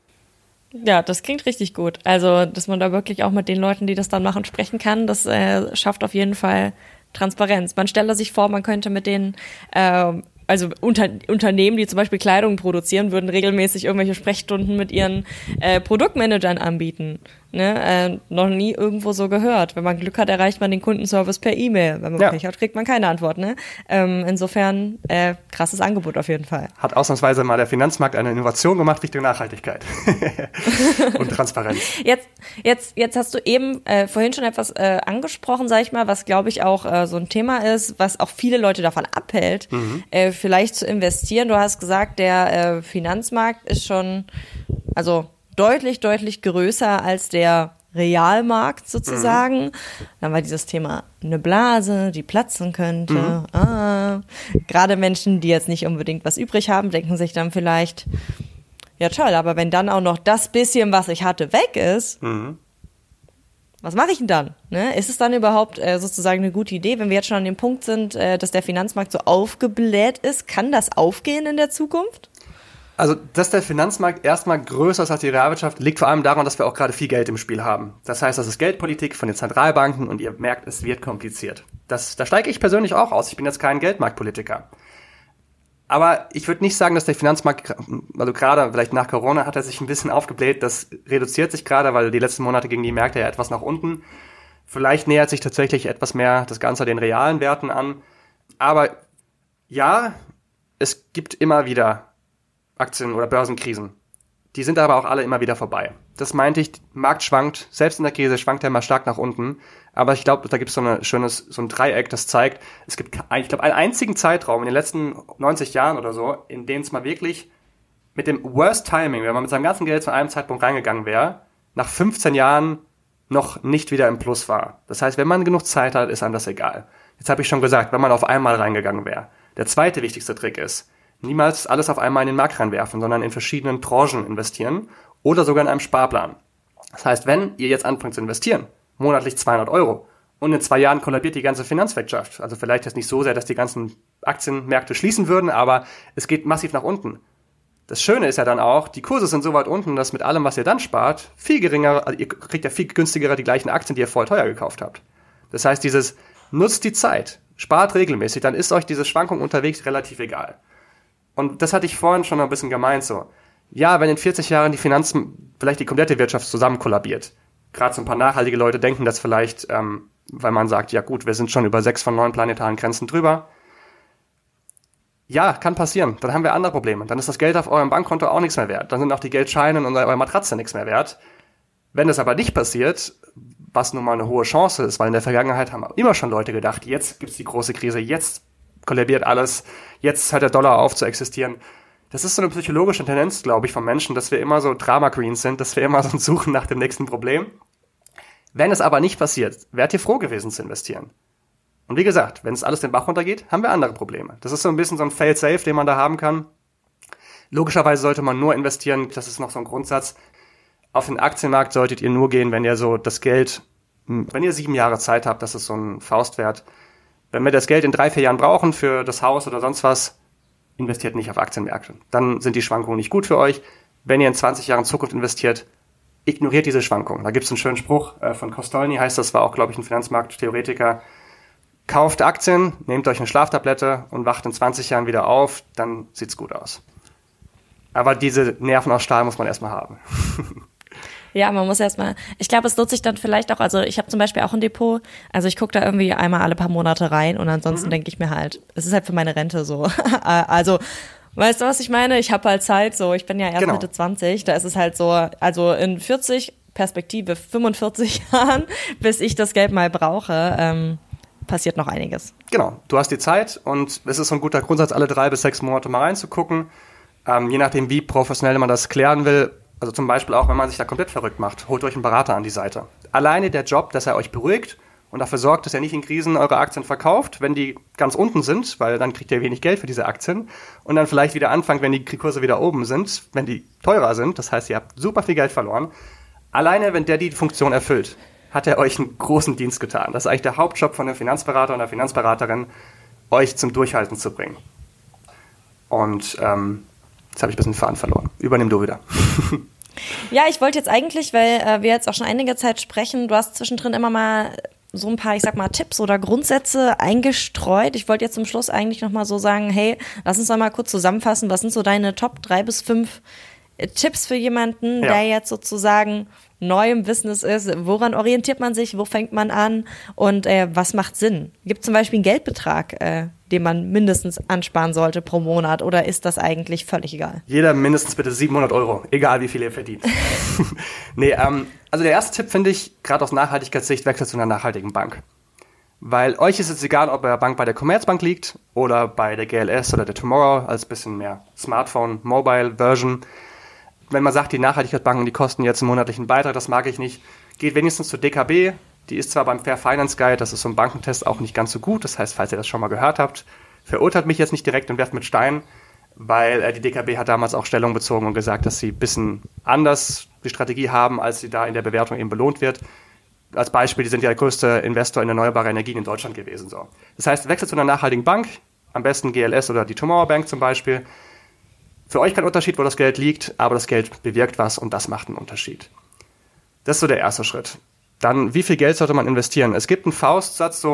Ja, das klingt richtig gut. Also, dass man da wirklich auch mit den Leuten, die das dann machen, sprechen kann, das äh, schafft auf jeden Fall Transparenz. Man stelle sich vor, man könnte mit den, äh, also unter, Unternehmen, die zum Beispiel Kleidung produzieren, würden regelmäßig irgendwelche Sprechstunden mit ihren äh, Produktmanagern anbieten. Ne? Äh, noch nie irgendwo so gehört. Wenn man Glück hat, erreicht man den Kundenservice per E-Mail. Wenn man ja. Pech hat, kriegt man keine Antwort. Ne? Ähm, insofern äh, krasses Angebot auf jeden Fall. Hat ausnahmsweise mal der Finanzmarkt eine Innovation gemacht Richtung Nachhaltigkeit und Transparenz. Jetzt, jetzt, jetzt hast du eben äh, vorhin schon etwas äh, angesprochen, sag ich mal, was glaube ich auch äh, so ein Thema ist, was auch viele Leute davon abhält, mhm. äh, vielleicht zu investieren. Du hast gesagt, der äh, Finanzmarkt ist schon, also deutlich, deutlich größer als der Realmarkt sozusagen. Mhm. Dann war dieses Thema eine Blase, die platzen könnte. Mhm. Ah. Gerade Menschen, die jetzt nicht unbedingt was übrig haben, denken sich dann vielleicht, ja toll, aber wenn dann auch noch das bisschen, was ich hatte, weg ist, mhm. was mache ich denn dann? Ne? Ist es dann überhaupt äh, sozusagen eine gute Idee, wenn wir jetzt schon an dem Punkt sind, äh, dass der Finanzmarkt so aufgebläht ist? Kann das aufgehen in der Zukunft? Also, dass der Finanzmarkt erstmal größer ist als die Realwirtschaft, liegt vor allem daran, dass wir auch gerade viel Geld im Spiel haben. Das heißt, das ist Geldpolitik von den Zentralbanken und ihr merkt, es wird kompliziert. Das, da steige ich persönlich auch aus. Ich bin jetzt kein Geldmarktpolitiker. Aber ich würde nicht sagen, dass der Finanzmarkt, also gerade vielleicht nach Corona hat er sich ein bisschen aufgebläht. Das reduziert sich gerade, weil die letzten Monate gingen die Märkte ja etwas nach unten. Vielleicht nähert sich tatsächlich etwas mehr das Ganze den realen Werten an. Aber ja, es gibt immer wieder Aktien- oder Börsenkrisen. Die sind aber auch alle immer wieder vorbei. Das meinte ich, Markt schwankt, selbst in der Krise schwankt er immer stark nach unten. Aber ich glaube, da gibt es so ein schönes, so ein Dreieck, das zeigt, es gibt, ich glaube, einen einzigen Zeitraum in den letzten neunzig Jahren oder so, in dem es mal wirklich mit dem Worst Timing, wenn man mit seinem ganzen Geld zu einem Zeitpunkt reingegangen wäre, nach fünfzehn Jahren noch nicht wieder im Plus war. Das heißt, wenn man genug Zeit hat, ist einem das egal. Jetzt habe ich schon gesagt, wenn man auf einmal reingegangen wäre. Der zweite wichtigste Trick ist, niemals alles auf einmal in den Markt reinwerfen, sondern in verschiedenen Tranchen investieren oder sogar in einem Sparplan. Das heißt, wenn ihr jetzt anfangt zu investieren, monatlich zweihundert Euro, und in zwei Jahren kollabiert die ganze Finanzwirtschaft, also vielleicht jetzt nicht so sehr, dass die ganzen Aktienmärkte schließen würden, aber es geht massiv nach unten. Das Schöne ist ja dann auch, die Kurse sind so weit unten, dass mit allem, was ihr dann spart, viel geringer, also ihr kriegt ja viel günstiger die gleichen Aktien, die ihr voll teuer gekauft habt. Das heißt, dieses nutzt die Zeit, spart regelmäßig, dann ist euch diese Schwankung unterwegs relativ egal. Und das hatte ich vorhin schon ein bisschen gemeint so. Ja, wenn in vierzig Jahren die Finanzen, vielleicht die komplette Wirtschaft zusammen kollabiert. Gerade so ein paar nachhaltige Leute denken das vielleicht, ähm, weil man sagt, ja gut, wir sind schon über sechs von neun planetaren Grenzen drüber. Ja, kann passieren. Dann haben wir andere Probleme. Dann ist das Geld auf eurem Bankkonto auch nichts mehr wert. Dann sind auch die Geldscheine und eure Matratze nichts mehr wert. Wenn das aber nicht passiert, was nun mal eine hohe Chance ist, weil in der Vergangenheit haben immer schon Leute gedacht, jetzt gibt's die große Krise, jetzt kollabiert alles, jetzt hört der Dollar auf zu existieren. Das ist so eine psychologische Tendenz, glaube ich, von Menschen, dass wir immer so Drama Queens sind, dass wir immer so suchen nach dem nächsten Problem. Wenn es aber nicht passiert, wärt ihr froh gewesen zu investieren. Und wie gesagt, wenn es alles den Bach runtergeht, haben wir andere Probleme. Das ist so ein bisschen so ein Fail-Safe, den man da haben kann. Logischerweise sollte man nur investieren, das ist noch so ein Grundsatz. Auf den Aktienmarkt solltet ihr nur gehen, wenn ihr so das Geld, wenn ihr sieben Jahre Zeit habt, das ist so ein Faustwert. Wenn wir das Geld in drei, vier Jahren brauchen für das Haus oder sonst was, investiert nicht auf Aktienmärkte. Dann sind die Schwankungen nicht gut für euch. Wenn ihr in zwanzig Jahren Zukunft investiert, ignoriert diese Schwankungen. Da gibt es einen schönen Spruch äh, von Kostolny, heißt das, war auch, glaube ich, ein Finanzmarkttheoretiker. Kauft Aktien, nehmt euch eine Schlaftablette und wacht in zwanzig Jahren wieder auf, dann sieht's gut aus. Aber diese Nerven aus Stahl muss man erstmal haben. Ja, man muss erstmal, ich glaube, es nutzt sich dann vielleicht auch, also ich habe zum Beispiel auch ein Depot, also ich gucke da irgendwie einmal alle paar Monate rein und ansonsten mhm. denke ich mir halt, es ist halt für meine Rente so. Also, weißt du, was ich meine? Ich habe halt Zeit, so, ich bin ja erst genau. Mitte zwanzig, da ist es halt so, also in vierzig, Perspektive fünfundvierzig Jahren, bis ich das Geld mal brauche, ähm, passiert noch einiges. Genau, du hast die Zeit und es ist so ein guter Grundsatz, alle drei bis sechs Monate mal reinzugucken, ähm, je nachdem, wie professionell man das klären will. Also zum Beispiel auch, wenn man sich da komplett verrückt macht, holt euch einen Berater an die Seite. Alleine der Job, dass er euch beruhigt und dafür sorgt, dass er nicht in Krisen eure Aktien verkauft, wenn die ganz unten sind, weil dann kriegt ihr wenig Geld für diese Aktien und dann vielleicht wieder anfangt, wenn die Kurse wieder oben sind, wenn die teurer sind, das heißt, ihr habt super viel Geld verloren. Alleine, wenn der die Funktion erfüllt, hat er euch einen großen Dienst getan. Das ist eigentlich der Hauptjob von einem Finanzberater und einer Finanzberaterin, euch zum Durchhalten zu bringen. Und ähm, jetzt habe ich ein bisschen Faden verloren. Übernimm du wieder. Ja, ich wollte jetzt eigentlich, weil äh, wir jetzt auch schon einige Zeit sprechen, du hast zwischendrin immer mal so ein paar, ich sag mal, Tipps oder Grundsätze eingestreut. Ich wollte jetzt zum Schluss eigentlich nochmal so sagen, hey, lass uns doch mal kurz zusammenfassen, was sind so deine Top drei bis fünf Tipps für jemanden, ja. der jetzt sozusagen neu im Business ist? Woran orientiert man sich? Wo fängt man an? Und äh, was macht Sinn? Gibt es zum Beispiel einen Geldbetrag, äh, den man mindestens ansparen sollte pro Monat? Oder ist das eigentlich völlig egal? Jeder mindestens bitte siebenhundert Euro, egal wie viel ihr verdient. nee, ähm, also der erste Tipp finde ich, gerade aus Nachhaltigkeitssicht, wechselt zu einer nachhaltigen Bank. Weil euch ist es egal, ob eure Bank bei der Commerzbank liegt oder bei der G L S oder der Tomorrow als bisschen mehr Smartphone-Mobile-Version. Wenn man sagt, die Nachhaltigkeitsbanken, die kosten jetzt einen monatlichen Beitrag, das mag ich nicht, geht wenigstens zur D K B. Die ist zwar beim Fair Finance Guide, das ist so ein Bankentest, auch nicht ganz so gut. Das heißt, falls ihr das schon mal gehört habt, verurteilt mich jetzt nicht direkt und werft mit Steinen, weil äh, die D K B hat damals auch Stellung bezogen und gesagt, dass sie ein bisschen anders die Strategie haben, als sie da in der Bewertung eben belohnt wird. Als Beispiel, die sind ja der größte Investor in erneuerbare Energien in Deutschland gewesen. So. Das heißt, wechselt zu einer nachhaltigen Bank, am besten G L S oder die Tomorrow Bank zum Beispiel. Für euch kein Unterschied, wo das Geld liegt, aber das Geld bewirkt was und das macht einen Unterschied. Das ist so der erste Schritt. Dann, wie viel Geld sollte man investieren? Es gibt einen Faustsatz, so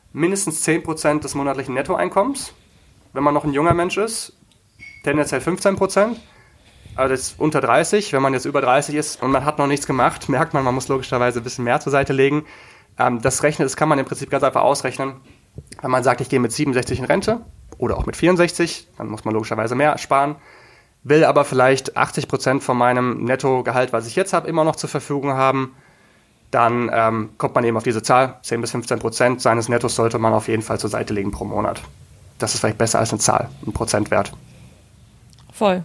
mindestens zehn Prozent des monatlichen Nettoeinkommens. Wenn man noch ein junger Mensch ist, tendenziell fünfzehn Prozent. Also das ist unter dreißig. Wenn man jetzt über dreißig ist und man hat noch nichts gemacht, merkt man, man muss logischerweise ein bisschen mehr zur Seite legen. Ähm, das rechnet, das kann man im Prinzip ganz einfach ausrechnen. Wenn man sagt, ich gehe mit siebenundsechzig in Rente oder auch mit vierundsechzig, dann muss man logischerweise mehr sparen. Will aber vielleicht achtzig Prozent von meinem Nettogehalt, was ich jetzt habe, immer noch zur Verfügung haben. Dann ähm, kommt man eben auf diese Zahl. zehn bis fünfzehn Prozent seines Nettos sollte man auf jeden Fall zur Seite legen pro Monat. Das ist vielleicht besser als eine Zahl, ein Prozentwert. Voll.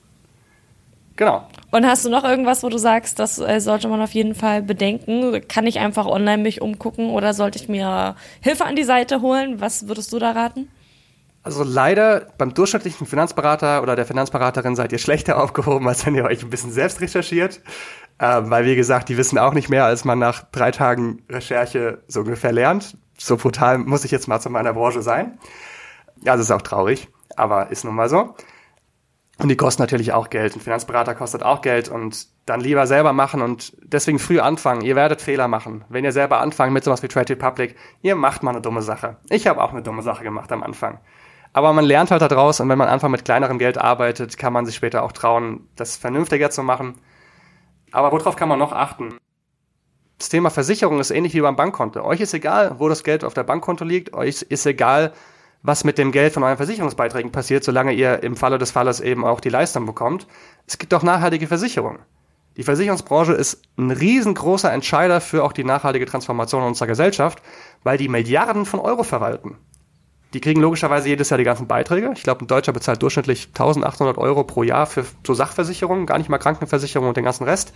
Genau. Und hast du noch irgendwas, wo du sagst, das äh, sollte man auf jeden Fall bedenken? Kann ich einfach online mich umgucken oder sollte ich mir Hilfe an die Seite holen? Was würdest du da raten? Also leider beim durchschnittlichen Finanzberater oder der Finanzberaterin seid ihr schlechter aufgehoben, als wenn ihr euch ein bisschen selbst recherchiert. Äh, weil, wie gesagt, die wissen auch nicht mehr, als man nach drei Tagen Recherche so ungefähr lernt. So brutal muss ich jetzt mal zu meiner Branche sein. Ja, das ist auch traurig, aber ist nun mal so. Und die kosten natürlich auch Geld. Ein Finanzberater kostet auch Geld und dann lieber selber machen und deswegen früh anfangen. Ihr werdet Fehler machen. Wenn ihr selber anfangt mit sowas wie Trade Republic, ihr macht mal eine dumme Sache. Ich habe auch eine dumme Sache gemacht am Anfang. Aber man lernt halt daraus und wenn man einfach mit kleinerem Geld arbeitet, kann man sich später auch trauen, das vernünftiger zu machen. Aber worauf kann man noch achten? Das Thema Versicherung ist ähnlich wie beim Bankkonto. Euch ist egal, wo das Geld auf der Bankkonto liegt. Euch ist egal, was mit dem Geld von euren Versicherungsbeiträgen passiert, solange ihr im Falle des Falles eben auch die Leistung bekommt. Es gibt auch nachhaltige Versicherungen. Die Versicherungsbranche ist ein riesengroßer Entscheider für auch die nachhaltige Transformation unserer Gesellschaft, weil die Milliarden von Euro verwalten. Die kriegen logischerweise jedes Jahr die ganzen Beiträge. Ich glaube, ein Deutscher bezahlt durchschnittlich eintausendachthundert Euro pro Jahr für so Sachversicherungen, gar nicht mal Krankenversicherung und den ganzen Rest.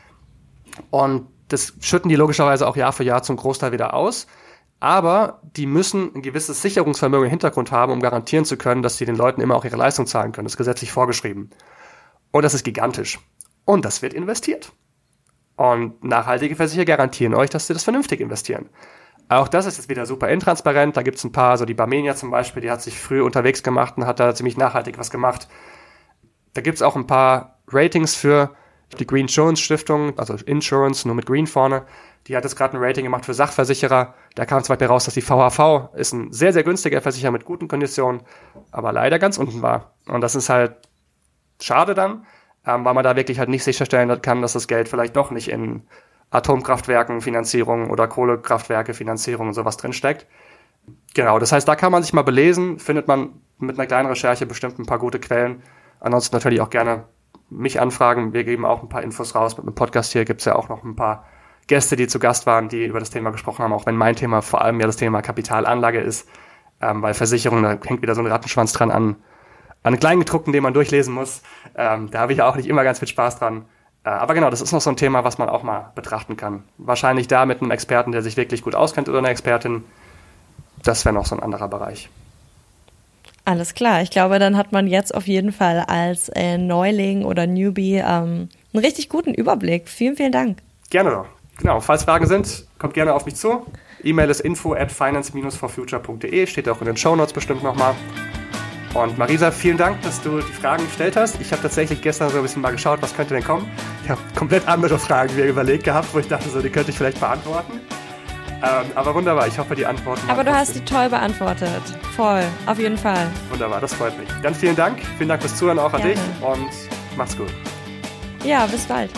Und das schütten die logischerweise auch Jahr für Jahr zum Großteil wieder aus. Aber die müssen ein gewisses Sicherungsvermögen im Hintergrund haben, um garantieren zu können, dass sie den Leuten immer auch ihre Leistung zahlen können. Das ist gesetzlich vorgeschrieben. Und das ist gigantisch. Und das wird investiert. Und nachhaltige Versicherer garantieren euch, dass sie das vernünftig investieren. Auch das ist jetzt wieder super intransparent. Da gibt es ein paar, so die Barmenia zum Beispiel, die hat sich früh unterwegs gemacht und hat da ziemlich nachhaltig was gemacht. Da gibt es auch ein paar Ratings für die Green Insurance Stiftung, also Insurance, nur mit Green vorne. Die hat jetzt gerade ein Rating gemacht für Sachversicherer. Da kam zum Beispiel raus, dass die V H V ist ein sehr, sehr günstiger Versicherer mit guten Konditionen, aber leider ganz unten war. Und das ist halt schade dann, ähm, weil man da wirklich halt nicht sicherstellen kann, dass das Geld vielleicht doch nicht in Atomkraftwerken Finanzierung oder Kohlekraftwerke Finanzierung und sowas drinsteckt. Genau, das heißt, da kann man sich mal belesen, findet man mit einer kleinen Recherche bestimmt ein paar gute Quellen. Ansonsten natürlich auch gerne mich anfragen. Wir geben auch ein paar Infos raus. Mit dem Podcast hier gibt es ja auch noch ein paar Gäste, die zu Gast waren, die über das Thema gesprochen haben, auch wenn mein Thema vor allem ja das Thema Kapitalanlage ist, ähm, weil Versicherung, da hängt wieder so ein Rattenschwanz dran an, an Kleingedruckten, den man durchlesen muss. Ähm, da habe ich auch nicht immer ganz viel Spaß dran. Äh, aber genau, das ist noch so ein Thema, was man auch mal betrachten kann. Wahrscheinlich da mit einem Experten, der sich wirklich gut auskennt oder einer Expertin. Das wäre noch so ein anderer Bereich. Alles klar, ich glaube, dann hat man jetzt auf jeden Fall als äh, Neuling oder Newbie ähm, einen richtig guten Überblick. Vielen, vielen Dank. Gerne doch. Genau, falls Fragen sind, kommt gerne auf mich zu. E-Mail ist info at finance dash for future dot de, steht auch in den Shownotes bestimmt nochmal. Und Marisa, vielen Dank, dass du die Fragen gestellt hast. Ich habe tatsächlich gestern so ein bisschen mal geschaut, was könnte denn kommen. Ich habe komplett andere Fragen mir überlegt gehabt, wo ich dachte, so, die könnte ich vielleicht beantworten. Ähm, aber wunderbar, ich hoffe, die Antworten... Aber du hast die toll beantwortet. Voll, auf jeden Fall. Wunderbar, das freut mich. Dann vielen Dank. Vielen Dank fürs Zuhören auch an Gerne. dich und mach's gut. Ja, bis bald.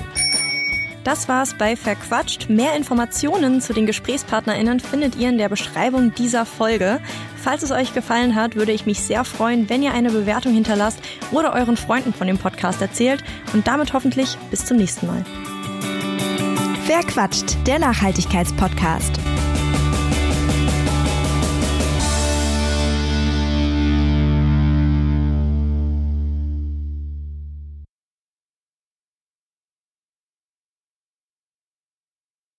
Das war's bei Verquatscht. Mehr Informationen zu den GesprächspartnerInnen findet ihr in der Beschreibung dieser Folge. Falls es euch gefallen hat, würde ich mich sehr freuen, wenn ihr eine Bewertung hinterlasst oder euren Freunden von dem Podcast erzählt. Und damit hoffentlich bis zum nächsten Mal. Verquatscht, der Nachhaltigkeitspodcast.